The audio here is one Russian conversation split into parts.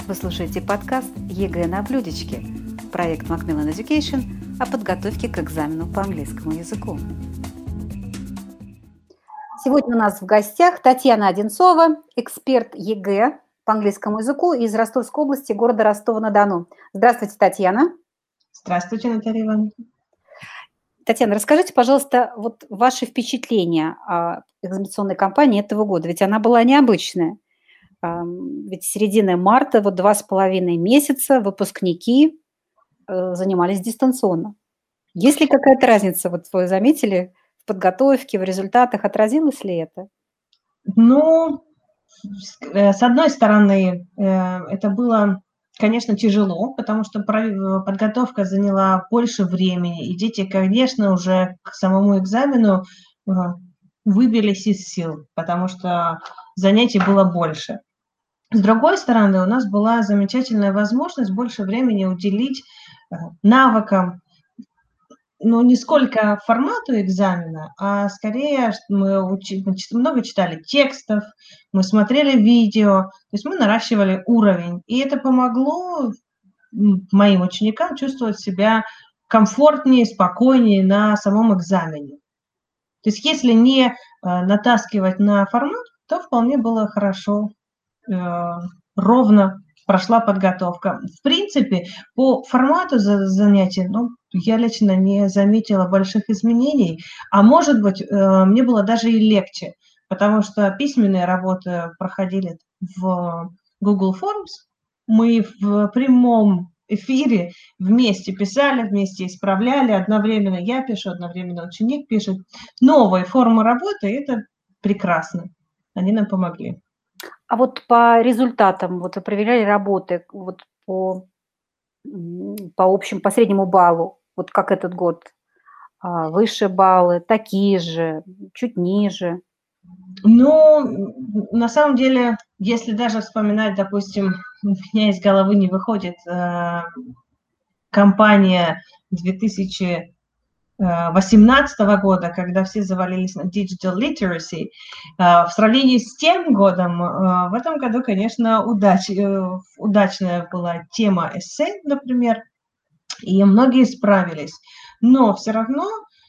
Вы слушаете подкаст ЕГЭ на блюдечке, проект Macmillan Education о подготовке к экзамену по английскому языку. Сегодня у нас в гостях Татьяна Одинцова, эксперт ЕГЭ по английскому языку из Ростовской области, города Ростова-на-Дону. Здравствуйте, Татьяна. Здравствуйте, Наталья Ивановна. Татьяна, расскажите, пожалуйста, вот ваши впечатления о экзаменационной кампании этого года, ведь она была необычная. Ведь середина марта, вот 2,5 месяца выпускники занимались дистанционно. Есть ли какая-то разница, вот вы заметили, в подготовке, в результатах, отразилось ли это? Ну, с одной стороны, это было, конечно, тяжело, потому что подготовка заняла больше времени, и дети, конечно, уже к самому экзамену выбились из сил, потому что занятий было больше. С другой стороны, у нас была замечательная возможность больше времени уделить навыкам, но не сколько формату экзамена, а скорее мы много читали текстов, мы смотрели видео, то есть мы наращивали уровень. И это помогло моим ученикам чувствовать себя комфортнее, спокойнее на самом экзамене. То есть если не натаскивать на формат, то вполне было хорошо, ровно прошла подготовка. В принципе, по формату занятий, я лично не заметила больших изменений, а может быть, мне было даже и легче, потому что письменные работы проходили в Google Forms, мы в прямом эфире вместе писали, вместе исправляли, одновременно я пишу, одновременно ученик пишет. Новые формы работы – это прекрасно, они нам помогли. А вот по результатам, вот вы проверяли работы, вот по общему, по среднему баллу, вот как этот год? Выше баллы, такие же, чуть ниже? Ну, на самом деле, если даже вспоминать, допустим, у меня из головы не выходит кампания 2018 года, когда все завалились на digital literacy. В сравнении с тем годом, в этом году, конечно, удачная была тема эссе, например, и многие справились. Но все равно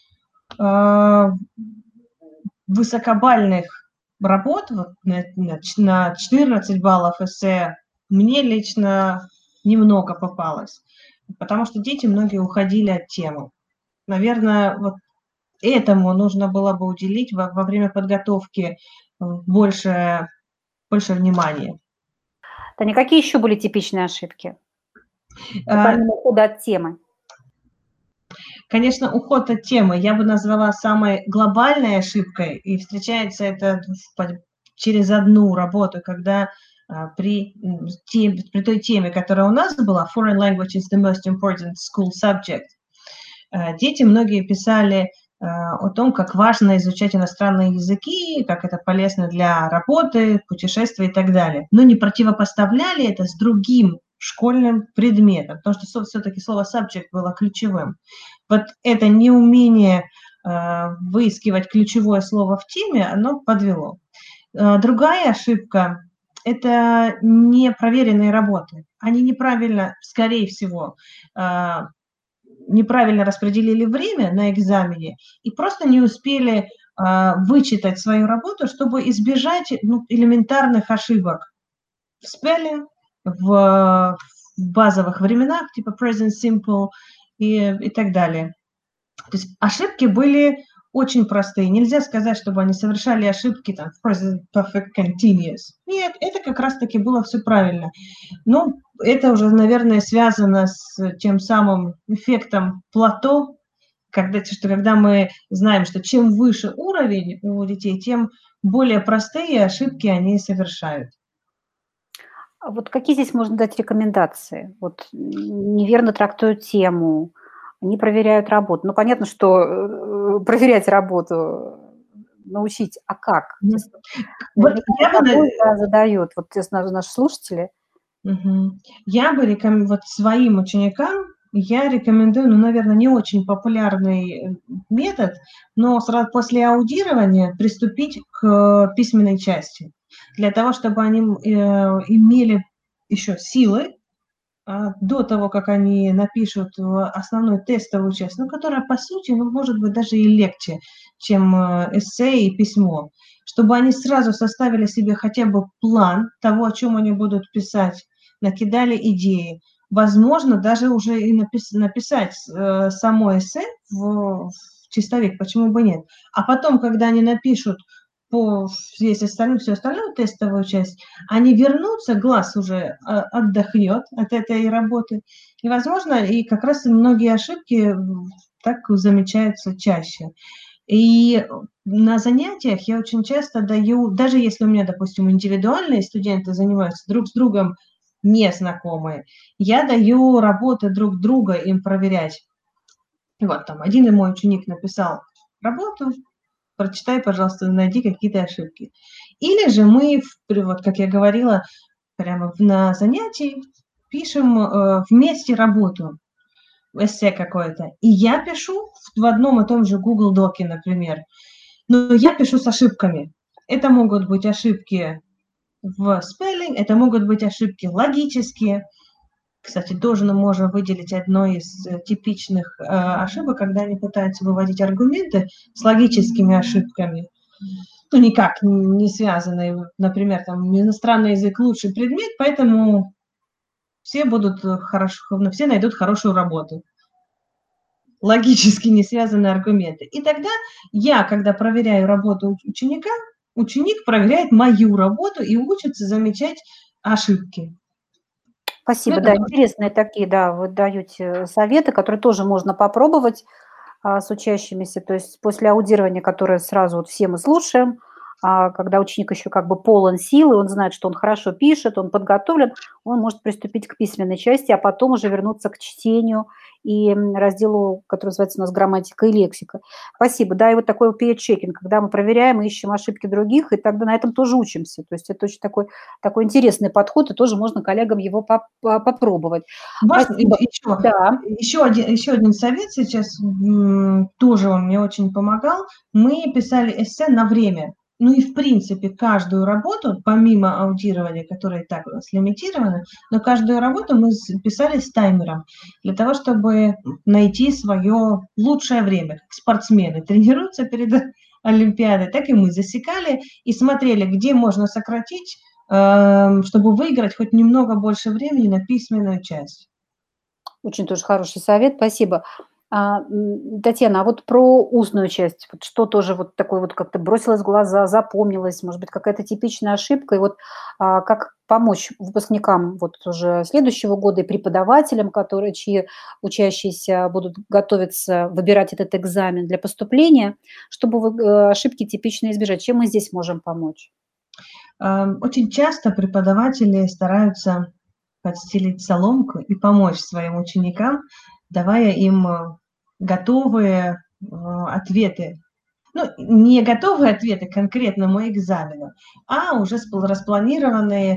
высокобальных работ вот, на 14 баллов эссе мне лично немного попалось, потому что дети многие уходили от темы. Наверное, вот этому нужно было бы уделить во время подготовки больше внимания. Таня, какие еще были типичные ошибки, помимо ухода от темы? Конечно, уход от темы я бы назвала самой глобальной ошибкой, и встречается это через одну работу, когда при той теме, которая у нас была, Foreign Language is the most important school subject, дети многие писали о том, как важно изучать иностранные языки, как это полезно для работы, путешествий и так далее, но не противопоставляли это с другим школьным предметом, потому что все-таки слово subject было ключевым. Вот это неумение выискивать ключевое слово в теме, оно подвело. Другая ошибка – это непроверенные работы. Они неправильно, скорее всего, неправильно распределили время на экзамене и просто не успели вычитать свою работу, чтобы избежать элементарных ошибок в спеллинг, в базовых временах, типа present simple и так далее. То есть ошибки были очень простые. Нельзя сказать, чтобы они совершали ошибки там, в present perfect continuous. Нет, это как раз-таки было все правильно. Ну, это уже, наверное, связано с тем самым эффектом плато, когда мы знаем, что чем выше уровень у детей, тем более простые ошибки они совершают. А вот какие здесь можно дать рекомендации? Вот неверно трактуют тему, не проверяют работу. Ну, понятно, что проверять работу научить, а как? Вот я задают, вот наши слушатели. Я бы вот своим ученикам я рекомендую, наверное, не очень популярный метод, но сразу после аудирования приступить к письменной части, для того, чтобы они имели еще силы до того, как они напишут основную тестовую часть, ну, которая, по сути, ну, может быть, даже и легче, чем эссе и письмо, чтобы они сразу составили себе хотя бы план того, о чем они будут писать, накидали идеи, возможно, даже уже и написать само эссе в чистовик, почему бы нет. А потом, когда они напишут всю остальную тестовую часть, они вернутся, глаз уже отдохнет от этой работы. И, возможно, и как раз и многие ошибки так замечаются чаще. И на занятиях я очень часто даю, даже если у меня, допустим, индивидуальные студенты занимаются друг с другом незнакомые, я даю работы друг друга им проверять. Вот там один мой ученик написал работу, прочитай, пожалуйста, найди какие-то ошибки. Или же мы, вот как я говорила, прямо на занятии пишем вместе работу, эссе какое-то. И я пишу в одном и том же Google Доке, например, но я пишу с ошибками. Это могут быть ошибки в спеллинг, это могут быть ошибки логические. Кстати, тоже мы можем выделить одно из типичных ошибок, когда они пытаются выводить аргументы с логическими ошибками, ну, никак не связанные. Например, там иностранный язык лучший предмет, поэтому все будут все найдут хорошую работу. Логически не связанные аргументы. И тогда я, когда проверяю работу ученика, ученик проверяет мою работу и учится замечать ошибки. Спасибо, да, интересные такие, да, вы даете советы, которые тоже можно попробовать с учащимися. То есть после аудирования, которое сразу вот все мы слушаем, когда ученик еще как бы полон силы, он знает, что он хорошо пишет, он подготовлен, он может приступить к письменной части, а потом уже вернуться к чтению и разделу, который называется у нас грамматика и лексика. Спасибо. Да, и вот такой peer-checking, когда мы проверяем, ищем ошибки других, и тогда на этом тоже учимся. То есть это очень такой интересный подход, и тоже можно коллегам его попробовать. Спасибо. Еще один совет сейчас, тоже он мне очень помогал. Мы писали эссе на время. Ну и, в принципе, каждую работу, помимо аудирования, которое и так у нас лимитировано, но каждую работу мы писали с таймером, для того, чтобы найти свое лучшее время. Как спортсмены тренируются перед Олимпиадой, так и мы засекали и смотрели, где можно сократить, чтобы выиграть хоть немного больше времени на письменную часть. Очень тоже хороший совет, спасибо. Татьяна, а вот про устную часть, вот что тоже вот такое вот как-то бросилось в глаза, запомнилось, может быть, какая-то типичная ошибка, и вот как помочь выпускникам вот уже следующего года и преподавателям, чьи учащиеся будут готовиться, выбирать этот экзамен для поступления, чтобы ошибки типичные избежать. Чем мы здесь можем помочь? Очень часто преподаватели стараются подстелить соломку и помочь своим ученикам, давая им готовые ответы. Ну, не готовые ответы к конкретному экзамену, а уже распланированные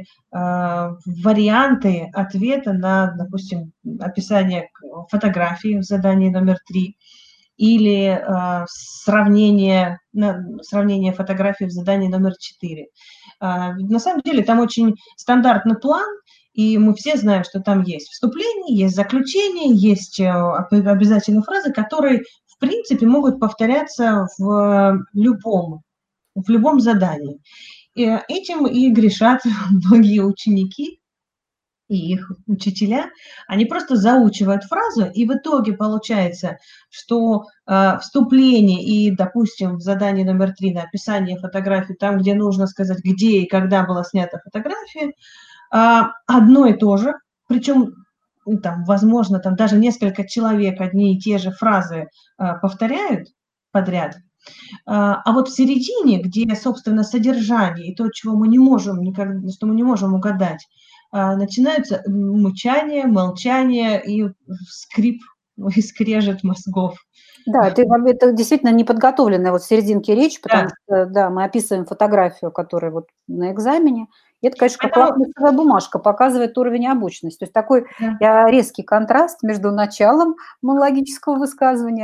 варианты ответа на, допустим, описание фотографии в задании номер 3 или сравнение фотографий в задании номер 4. На самом деле там очень стандартный план, и мы все знаем, что там есть вступление, есть заключение, есть обязательные фразы, которые, в принципе, могут повторяться в любом задании. И этим и грешат многие ученики и их учителя. Они просто заучивают фразу, и в итоге получается, что вступление и, допустим, в задании номер 3 на описание фотографии, там, где нужно сказать, где и когда была снята фотография, одно и то же, причем там, возможно, там даже несколько человек одни и те же фразы повторяют подряд, а вот в середине, где, собственно, содержание и то, чего мы не можем что мы не можем угадать, начинаются мычание, молчание и скрип и скрежет мозгов. Да, это действительно неподготовленная вот в серединке речь, потому Да. что, да, мы описываем фотографию, которая вот на экзамене. И это, конечно, как Поэтому лакмусовая бумажка, показывает уровень обученности. То есть такой резкий контраст между началом монологического высказывания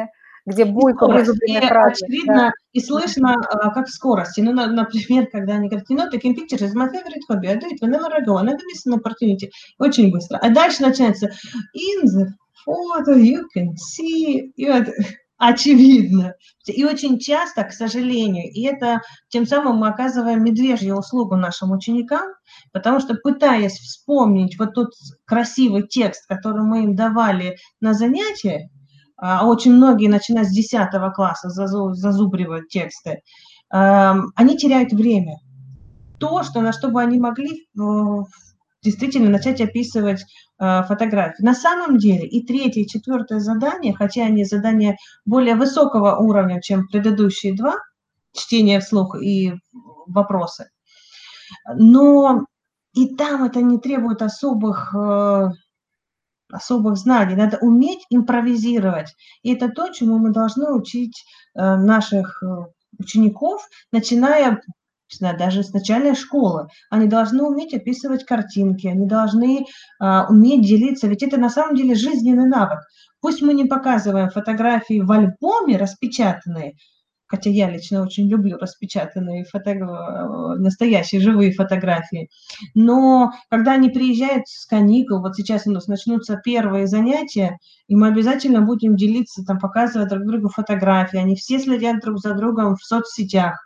где И бойко скорость, и вызубленные фразы. Да. очевидно, и слышно, как скорости. Ну, например, когда они говорят, taking pictures is my favorite hobby, I do it whenever I go, never miss an opportunity. Очень быстро. А дальше начинается in the photo you can see. И вот, очевидно. И очень часто, к сожалению, и это тем самым мы оказываем медвежью услугу нашим ученикам, потому что, пытаясь вспомнить вот тот красивый текст, который мы им давали на занятиях, а очень многие, начиная с 10 класса, зазубривают тексты, они теряют время. То, на что бы они могли действительно начать описывать фотографии. На самом деле и третье, и четвертое задание, хотя они задания более высокого уровня, чем предыдущие два, чтение вслух и вопросы, но и там это не требует особых знаний, надо уметь импровизировать. И это то, чему мы должны учить наших учеников, начиная, не знаю, даже с начальной школы. Они должны уметь описывать картинки, они должны уметь делиться, ведь это на самом деле жизненный навык. Пусть мы не показываем фотографии в альбоме распечатанные, хотя я лично очень люблю распечатанные настоящие живые фотографии. Но когда они приезжают с каникул, вот сейчас у нас начнутся первые занятия, и мы обязательно будем делиться, там, показывать друг другу фотографии. Они все следят друг за другом в соцсетях.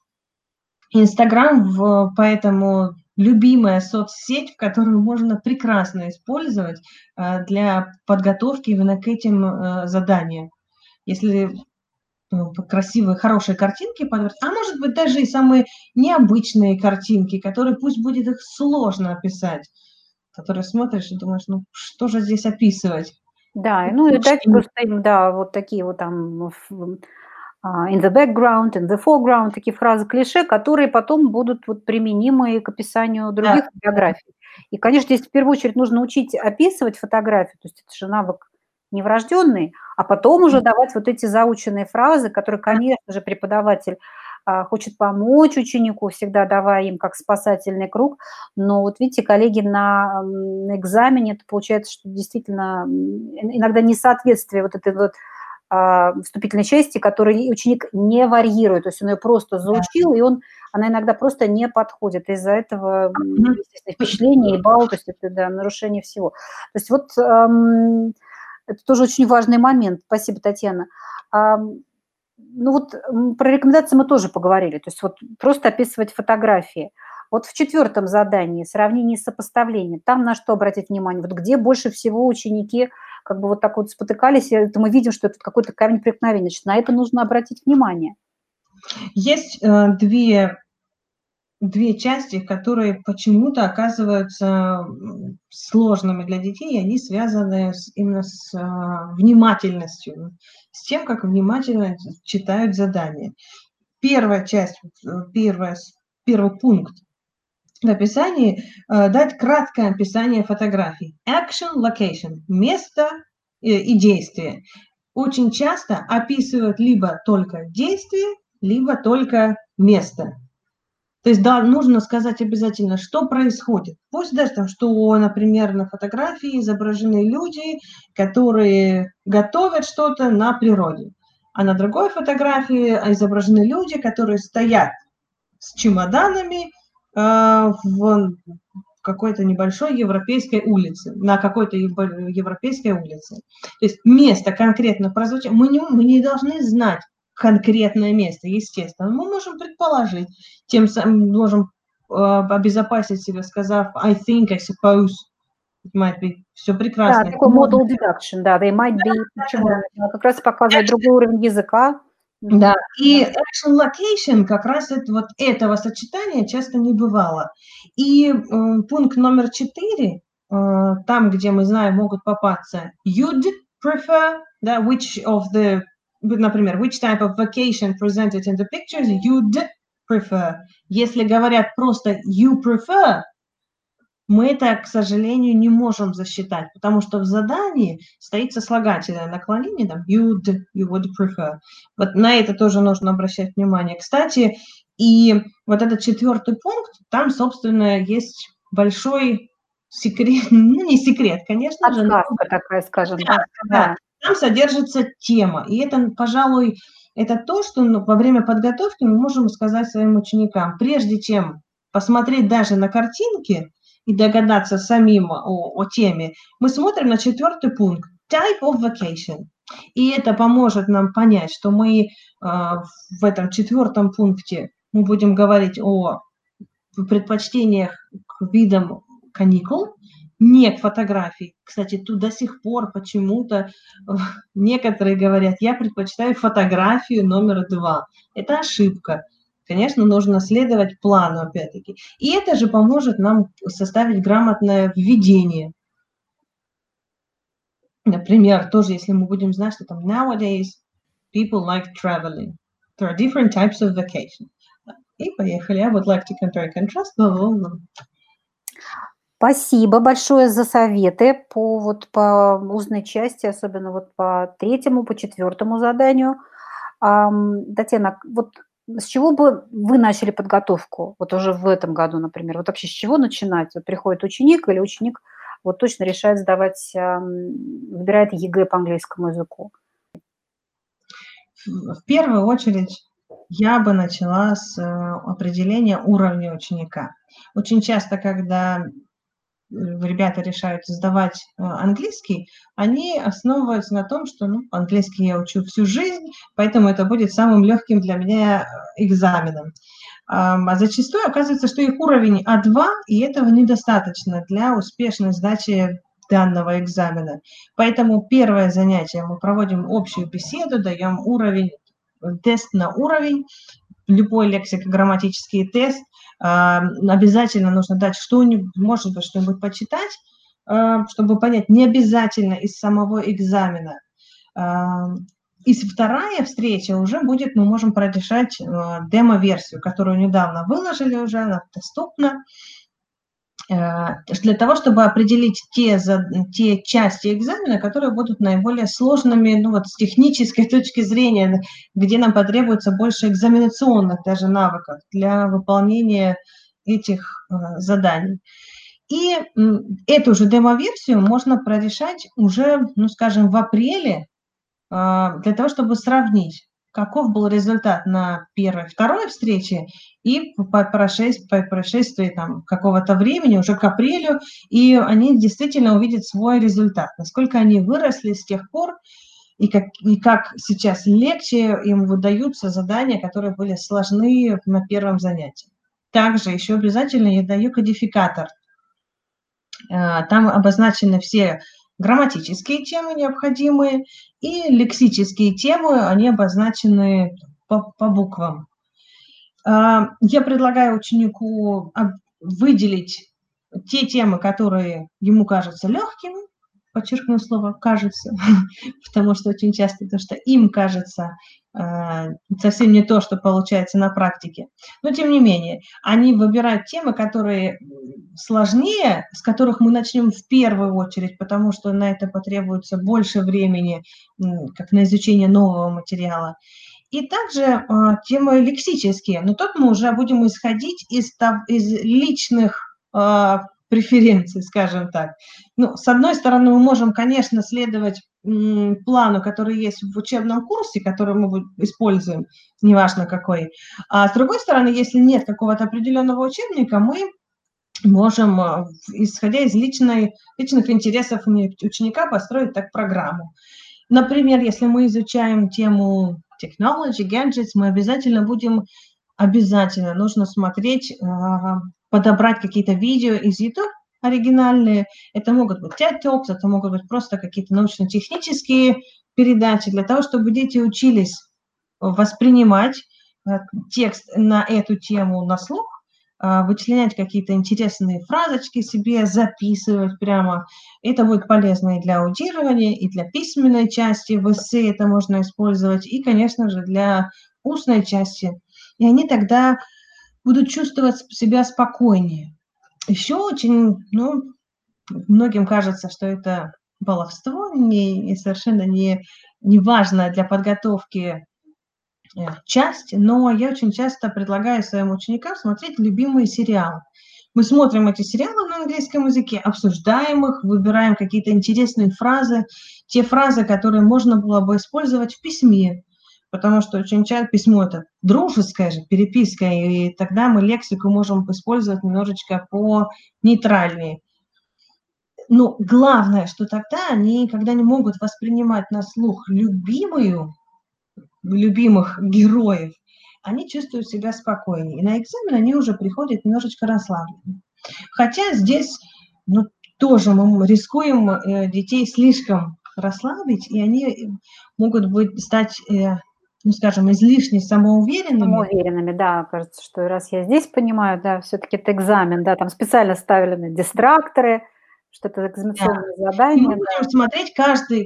Инстаграм, поэтому любимая соцсеть, которую можно прекрасно использовать для подготовки именно к этим заданиям. Если красивые, хорошие картинки подбрать, а может быть даже и самые необычные картинки, которые пусть будет их сложно описать, которые смотришь и думаешь, ну что же здесь описывать? Да, ну и дать просто им, да, вот такие вот там in the background, in the foreground, такие фразы клише, которые потом будут вот применимы к описанию других фотографий. И, конечно, здесь в первую очередь нужно учить описывать фотографию, то есть это же навык неврожденный, а потом уже давать вот эти заученные фразы, которые, конечно же, преподаватель хочет помочь ученику, всегда давая им как спасательный круг. Но вот видите, коллеги, на экзамене это получается, что действительно иногда несоответствие вот этой вот вступительной части, которую ученик не варьирует, то есть он ее просто заучил, и она иногда просто не подходит. Из-за этого, естественно, впечатление и балл, то есть это, да, нарушение всего. То есть вот это тоже очень важный момент. Спасибо, Татьяна. Ну вот про рекомендации мы тоже поговорили, то есть вот просто описывать фотографии. Вот в четвертом задании сравнение и сопоставление, там на что обратить внимание? Вот где больше всего ученики как бы вот так вот спотыкались, и это мы видим, что это какой-то камень преткновения. Значит, на это нужно обратить внимание. Есть две части, которые почему-то оказываются сложными для детей, и они связаны именно с внимательностью, с тем, как внимательно читают задания. Первая часть, первый пункт в описании дать краткое описание фотографий. Action, location, место и действие. Очень часто описывают либо только действие, либо только место. То есть, да, нужно сказать обязательно, что происходит. Пусть даже там, что, например, на фотографии изображены люди, которые готовят что-то на природе, а на другой фотографии изображены люди, которые стоят с чемоданами в какой-то небольшой европейской улице, на какой-то европейской улице. То есть место конкретно прозвучало. Мы не должны знать конкретное место, естественно. Мы можем предположить, тем самым можем обезопасить себя, сказав I think, I suppose, it might be. Все прекрасно. Да, такой modal deduction, да, they might be. Почему? Как раз показывает другой уровень языка. Да, и action location как раз этого сочетания часто не бывало. И пункт номер 4, там, где мы знаем, могут попасться you'd prefer, да, например, which type of vacation presented in the pictures you'd prefer. Если говорят просто you prefer, мы это, к сожалению, не можем засчитать, потому что в задании стоит сослагательное наклонение, там, you would prefer. Вот на это тоже нужно обращать внимание. Кстати, и вот этот 4-й пункт, там, собственно, есть большой секрет, ну, не секрет, конечно же. Подсказка такая, скажем, да. Там содержится тема. И это, пожалуй, это то, что во время подготовки мы можем сказать своим ученикам. Прежде чем посмотреть даже на картинки и догадаться самим о теме, мы смотрим на 4-й пункт type of vacation. И это поможет нам понять, что мы в этом 4-м пункте мы будем говорить о предпочтениях к видам каникул, не к фотографии. Кстати, тут до сих пор почему-то некоторые говорят, я предпочитаю фотографию номер 2. Это ошибка. Конечно, нужно следовать плану, опять-таки. И это же поможет нам составить грамотное введение. Например, тоже, если мы будем знать, что там nowadays people like traveling. There are different types of vacation. И поехали. I would like to compare and contrast. Спасибо большое за советы по устной части, особенно вот по 3-му, по 4-му заданию. Татьяна, вот с чего бы вы начали подготовку, вот уже в этом году, например? Вот вообще с чего начинать? Вот приходит ученик или ученик вот точно решает сдавать, выбирает ЕГЭ по английскому языку? В первую очередь я бы начала с определения уровня ученика. Очень часто, когда ребята решают сдавать английский, они основываются на том, что английский я учу всю жизнь, поэтому это будет самым легким для меня экзаменом. А зачастую оказывается, что их уровень А2, и этого недостаточно для успешной сдачи данного экзамена. Поэтому первое занятие мы проводим общую беседу, даем уровень, тест на уровень, любой лексико-грамматический тест. Обязательно нужно дать что-нибудь, может быть, что-нибудь почитать, чтобы понять, не обязательно из самого экзамена. И вторая встреча уже будет, мы можем прорешать демо-версию, которую недавно выложили уже, она доступна, для того, чтобы определить те части экзамена, которые будут наиболее сложными, с технической точки зрения, где нам потребуется больше экзаменационных даже навыков для выполнения этих заданий. И эту же демо-версию можно прорешать уже, скажем, в апреле, для того, чтобы сравнить, каков был результат на первой, второй встрече и по прошествии какого-то времени, уже к апрелю, и они действительно увидят свой результат, насколько они выросли с тех пор, и как сейчас легче им выдаются задания, которые были сложны на первом занятии. Также еще обязательно я даю кодификатор. Там обозначены все грамматические темы необходимые и лексические темы, они обозначены по буквам. Я предлагаю ученику выделить те темы, которые ему кажутся легкими, подчеркну слово «кажется», потому что очень часто то, что им кажется, совсем не то, что получается на практике. Но тем не менее, они выбирают темы, которые сложнее, с которых мы начнем в первую очередь, потому что на это потребуется больше времени, как на изучение нового материала. И также темы лексические, но тут мы уже будем исходить из личных преференций, скажем так. С одной стороны, мы можем, конечно, следовать плану, который есть в учебном курсе, который мы используем, неважно какой. А с другой стороны, если нет какого-то определенного учебника, мы можем, исходя из личных интересов ученика, построить так программу. Например, если мы изучаем тему technology, gadgets, мы обязательно нужно смотреть, подобрать какие-то видео из YouTube оригинальные. Это могут быть TED Talks, это могут быть просто какие-то научно-технические передачи, для того, чтобы дети учились воспринимать текст на эту тему на слух, вычленять какие-то интересные фразочки себе, записывать прямо. Это будет полезно и для аудирования, и для письменной части, в эссе это можно использовать, и, конечно же, для устной части. И они тогда будут чувствовать себя спокойнее. Еще очень, многим кажется, что это баловство, и совершенно не важно для подготовки часть, но я очень часто предлагаю своим ученикам смотреть любимые сериалы. Мы смотрим эти сериалы на английском языке, обсуждаем их, выбираем какие-то интересные фразы, те фразы, которые можно было бы использовать в письме, потому что очень часто письмо – это дружеская же переписка, и тогда мы лексику можем использовать немножечко по нейтральнее. Но главное, что тогда они, когда не могут воспринимать на слух любимых героев, они чувствуют себя спокойнее. И на экзамен они уже приходят немножечко расслаблены. Хотя здесь тоже мы рискуем детей слишком расслабить, и они могут стать, скажем, излишне самоуверенными. Самоуверенными, да. Кажется, что раз я здесь понимаю, да, все-таки это экзамен, да, там специально ставили дистракторы, что это экзаменационное И мы задание. будем смотреть каждое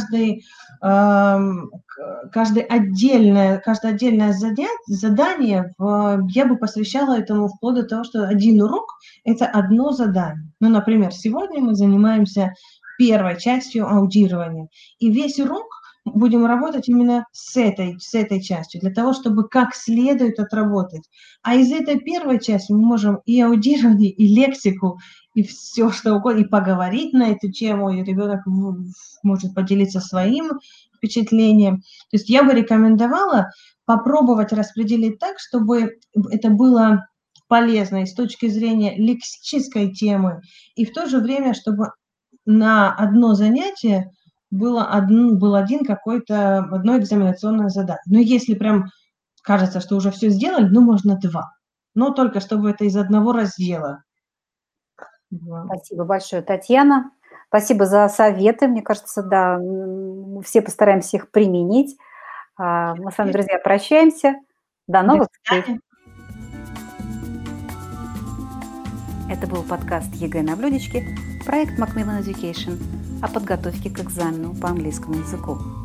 отдельное задание, я бы посвящала этому вплоть до того, что один урок – это одно задание. Ну, например, сегодня мы занимаемся первой частью аудирования, и весь урок будем работать именно с этой частью, для того, чтобы как следует отработать. А из этой первой части мы можем и аудирование, и лексику, и все что угодно, и поговорить на эту тему, и ребенок может поделиться своим впечатлением. То есть я бы рекомендовала попробовать распределить так, чтобы это было полезно и с точки зрения лексической темы, и в то же время, чтобы на одно занятие было одно экзаменационное задание. Но если прям кажется, что уже все сделали, можно 2. Но только чтобы это из одного раздела. Спасибо большое, Татьяна. Спасибо за советы. Мне кажется, да, все постараемся их применить. Мы с вами, друзья, прощаемся. До новых встреч. Это был подкаст ЕГЭ на блюдечке, проект Macmillan Education о подготовке к экзамену по английскому языку.